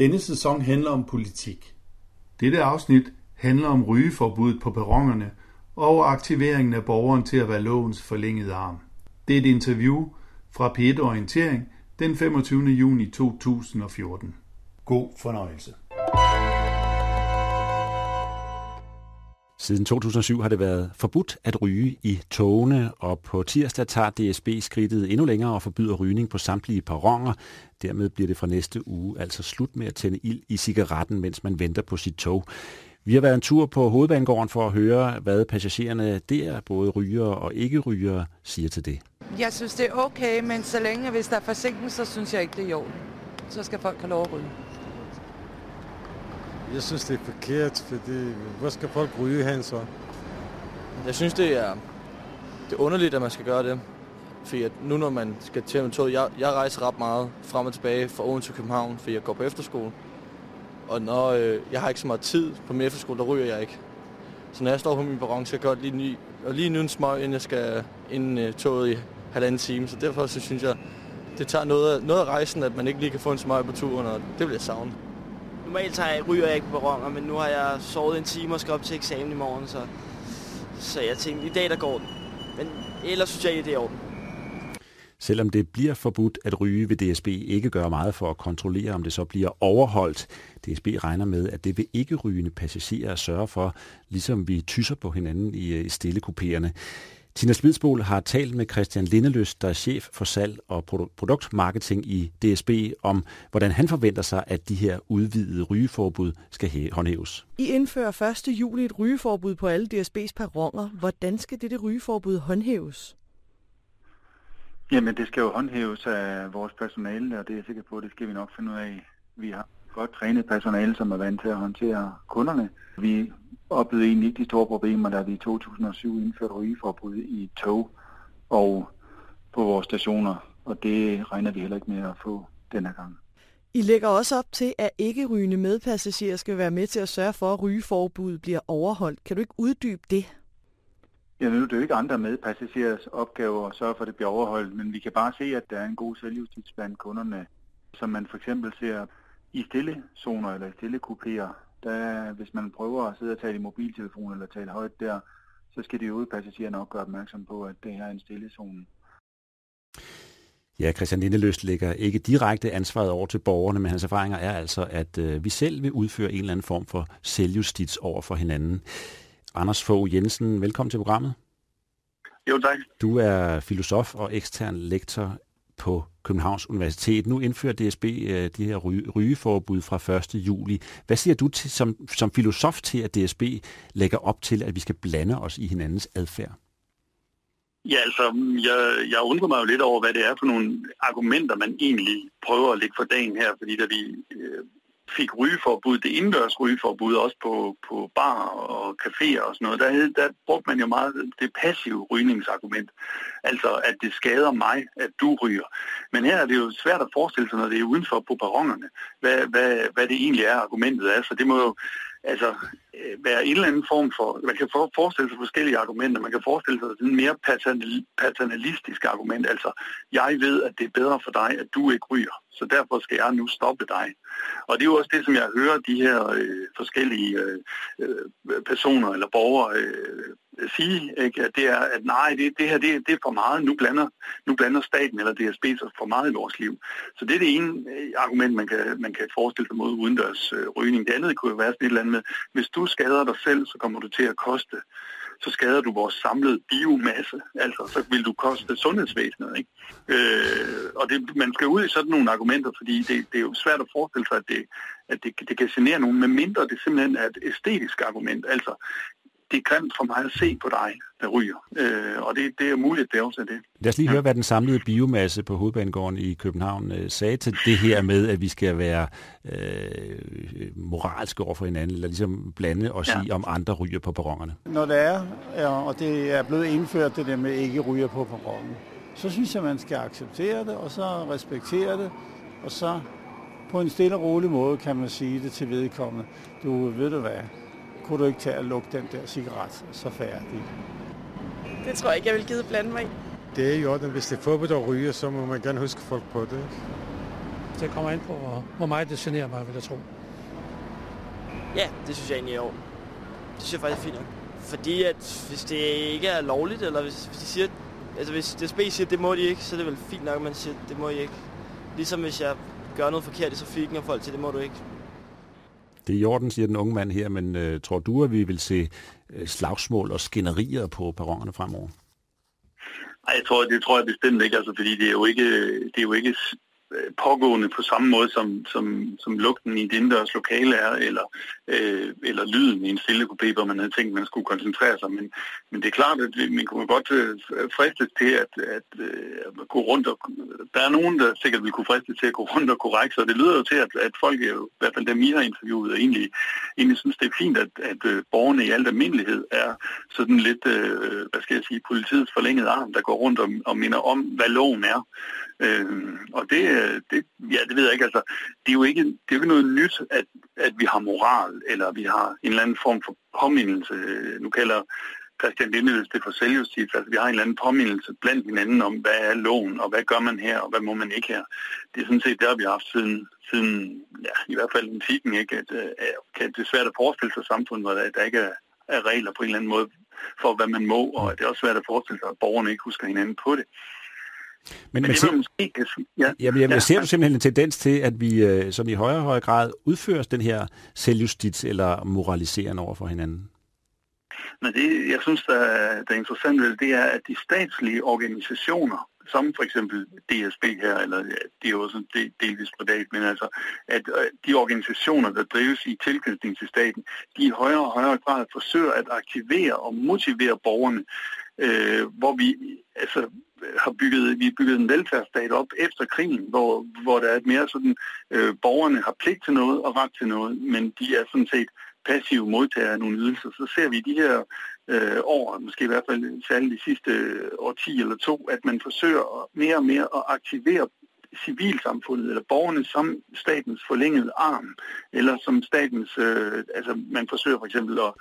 Denne sæson handler om politik. Dette afsnit handler om rygeforbuddet på perronerne og aktiveringen af borgeren til at være lovens forlængede arm. Det er et interview fra P1 Orientering den 25. juni 2014. God fornøjelse. Siden 2007 har det været forbudt at ryge i togene, og på tirsdag tager DSB skridtet endnu længere og forbyder rygning på samtlige perroner. Dermed bliver det fra næste uge altså slut med at tænde ild i cigaretten, mens man venter på sit tog. Vi har været en tur på Hovedbanegården for at høre, hvad passagererne der, både rygere og ikke-rygere, siger til det. Jeg synes, det er okay, men så længe, hvis der er forsinkelser, så synes jeg ikke, det er i orden. Så skal folk have lov at ryge. Jeg synes, det er forkert, fordi hvor skal folk ryge hen så? Jeg synes, det er underligt, at man skal gøre det. Fordi at nu, når man skal til med toget, jeg rejser ret meget frem og tilbage fra Odense til København, fordi jeg går på efterskole. Og når jeg har ikke så meget tid på min efterskole, der ryger jeg ikke. Så når jeg står på min perron, så jeg godt lige nyde en smøg, inden jeg skal ind toget i 1,5 time. Så derfor så synes jeg, det tager noget af rejsen, at man ikke lige kan få en smøg på turen, og det vil jeg savne. Normalt ryger jeg ikke på perroner, men nu har jeg sovet en time og skal op til eksamen i morgen, så jeg tænkte, i dag der går den. Men ellers synes jeg ikke, det er i orden. Selvom det bliver forbudt at ryge, vil DSB ikke gøre meget for at kontrollere, om det så bliver overholdt. DSB regner med, at det vil ikke rygende passagerer sørge for, ligesom vi tysser på hinanden i stillekupéerne. Tina Splidsboel har talt med Christian Lindelyst, der er chef for salg og produktmarketing i DSB, om hvordan han forventer sig, at de her udvidede rygeforbud skal håndhæves. I indfører 1. juli et rygeforbud på alle DSB's perroner. Hvordan skal dette rygeforbud håndhæves? Jamen, det skal jo håndhæves af vores personale, og det er jeg sikker på, at det skal vi nok finde ud af. Vi har godt trænet personale, som er vant til at håndtere kunderne. Vi oplevede egentlig ikke de store problemer, da vi i 2007 indførte rygeforbud i tog og på vores stationer, og det regner vi heller ikke med at få denne gang. I lægger også op til, at ikke-rygende medpassagerer skal være med til at sørge for, at rygeforbuddet bliver overholdt. Kan du ikke uddybe det? Ja, nu er det jo ikke andre medpassagerers opgave at sørge for, at det bliver overholdt, men vi kan bare se, at der er en god selvjustits blandt kunderne, som man for eksempel ser i stillezoner eller i stillekupéer. Der, hvis man prøver at sidde og tale i mobiltelefon eller tale højt der, så skal de øvrige passagerer nok gøre opmærksom på, at det her er en stillezone. Ja, Christian Lindelyst lægger ikke direkte ansvaret over til borgerne, men hans erfaringer er altså, at vi selv vil udføre en eller anden form for selvjustits over for hinanden. Anders Fogh Jensen, velkommen til programmet. Jo, tak. Du er filosof og ekstern lektor på Københavns Universitet. Nu indfører DSB de her rygeforbud fra 1. juli. Hvad siger du til, som filosof til, at DSB lægger op til, at vi skal blande os i hinandens adfærd? Ja, altså, jeg undrer mig jo lidt over, hvad det er for nogle argumenter, man egentlig prøver at lægge for dagen her, fordi da vi fik rygeforbud, det indendørs rygeforbud, også på barer og caféer og sådan noget, der brugte man jo meget det passive rygningsargument. Altså, at det skader mig, at du ryger. Men her er det jo svært at forestille sig, når det er udenfor på perronerne, hvad det egentlig er, argumentet er. Så det må jo være en eller anden form for, man kan forestille sig forskellige argumenter, man kan forestille sig sådan en mere paternalistisk argument, altså jeg ved, at det er bedre for dig, at du ikke ryger, så derfor skal jeg nu stoppe dig. Og det er jo også det, som jeg hører de her forskellige personer eller borgere sige, ikke? At det er, at nej, det her det er for meget, nu blander staten eller DSB sig for meget i vores liv. Så det er det ene argument, man kan forestille sig mod udendørs rygning. Det andet kunne jo være sådan et eller andet med, hvis du skader dig selv, så kommer du til at koste, så skader du vores samlede biomasse, altså så vil du koste sundhedsvæsenet, ikke? Og man skal ud i sådan nogle argumenter, fordi det er jo svært at forestille sig, at det kan genere nogen, medmindre det simpelthen er et æstetisk argument, altså det er grimt for mig at se på dig, der ryger. Og det er muligt, det er også det. Lad os lige høre, hvad den samlede biomasse på Hovedbanegården i København sagde til det her med, at vi skal være moralske over for hinanden, eller ligesom blande os i, om andre ryger på perronerne. Når det er, og det er blevet indført, det der med ikke ryger på perronen, så synes jeg, man skal acceptere det, og så respektere det, og så på en stille og rolig måde kan man sige det til vedkommende. Du ved du hvad? Kunne du ikke tage at lukke den der cigaret, så færdig? Det tror jeg ikke, jeg vil give blande mig i. Det er jo, hvis det er forbudt at ryge, så må man gerne huske folk på det. det kommer ind på, hvor meget det generer mig, vil jeg tro. Ja, det synes jeg egentlig er i orden. Det synes jeg faktisk er fint nok. Fordi at hvis det ikke er lovligt, eller hvis de siger, altså hvis DSB siger, at det må de ikke, så er det vel fint nok, at man siger, at det må I ikke. Ligesom hvis jeg gør noget forkert i trafikken, og folk siger, det må du ikke. Det er i orden, siger den unge mand her, men tror du, at vi vil se slagsmål og skænderier på perronerne fremover? Nej, det tror jeg bestemt ikke, altså, fordi det er jo ikke pågående på samme måde, som lugten i et indendørs lokale er, eller lyden i en stille kupé, hvor man havde tænkt, at man skulle koncentrere sig. Men det er klart, at man kunne godt fristes til at gå rundt, og der er nogen, der sikkert vil kunne fristes til at gå rundt og korrekt, så det lyder jo til, at folk, i hvert fald dem I har interviewet, egentlig synes, det er fint, at borgerne i al almindelighed er sådan lidt, politiets forlængede arm, der går rundt og minder om, hvad loven er. Og det ved jeg ikke, altså, det er jo ikke noget nyt, at vi har moral, eller vi har en eller anden form for påmindelse. Nu kalder Christian Lindelids det for selvjustits, altså vi har en eller anden påmindelse blandt hinanden om, hvad er loven, og hvad gør man her, og hvad må man ikke her. Det er sådan set der, vi har haft siden i hvert fald antikken, ikke? At det er svært at forestille sig samfund, hvor der ikke er regler på en eller anden måde for, hvad man må, og det er også svært at forestille sig, at borgerne ikke husker hinanden på det. Men ser du simpelthen en tendens til, at vi som i højere grad udfører den her selvjustits eller moraliseren over for hinanden? Men det, jeg synes, der er interessant ved det er, at de statslige organisationer, som for eksempel DSB her, eller det er jo også delvis privat, men altså, at de organisationer, der drives i tilknytning til staten, de i højere og højere grad forsøger at aktivere og motivere borgerne, hvor vi altså har bygget en velfærdsstat op efter krigen, hvor der er et mere sådan, borgerne har pligt til noget og ret til noget, men de er sådan set passive modtagere af nogle ydelser. Så ser vi i de her år, måske i hvert fald særligt de sidste årti eller to, at man forsøger mere og mere at aktivere civilsamfundet eller borgerne som statens forlængede arm, eller som statens, altså man forsøger for eksempel at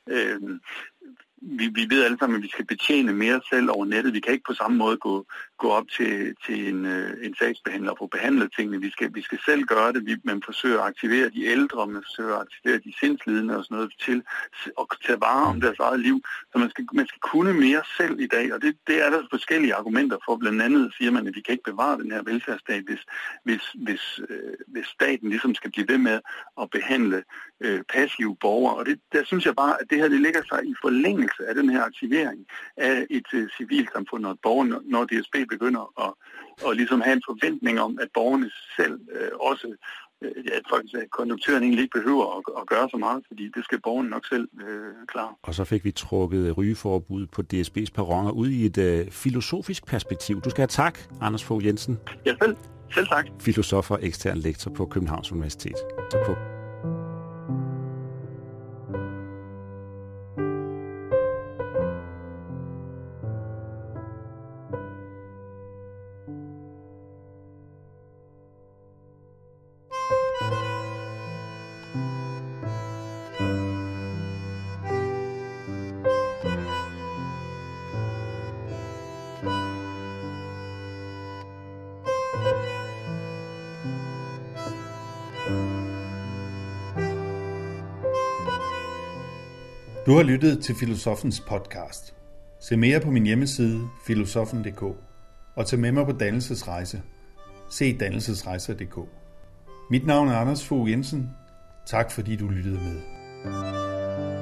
vi ved alle sammen, at vi skal betjene mere selv over nettet. Vi kan ikke på samme måde gå op til en sagsbehandler og få behandlet tingene. Vi skal selv gøre det. Man forsøger at aktivere de ældre, man forsøger at aktivere de sindslidende og sådan noget til at tage vare om deres eget liv. Så man skal kunne mere selv i dag, og det er der forskellige argumenter for. Blandt andet siger man, at vi kan ikke bevare den her velfærdsstat, hvis staten ligesom skal blive ved med at behandle passive borgere. Og der synes jeg bare, at det her det ligger sig i forlængelse af den her aktivering af et civilsamfund og borgerne, når DSB begynder at ligesom have en forventning om, at borgerne selv også, at faktisk at konduktøren egentlig ikke behøver at gøre så meget, fordi det skal borgerne nok selv klare. Og så fik vi trukket rygeforbud på DSB's perroner ud i et filosofisk perspektiv. Du skal have tak, Anders Fogh Jensen. Ja, selv tak. Filosof og ekstern lektor på Københavns Universitet. Tak på. Du har lyttet til Filosofens podcast. Se mere på min hjemmeside filosofen.dk og tag med mig på dannelsesrejse. Se dannelsesrejser.dk. Mit navn er Anders Fogh Jensen. Tak fordi du lyttede med.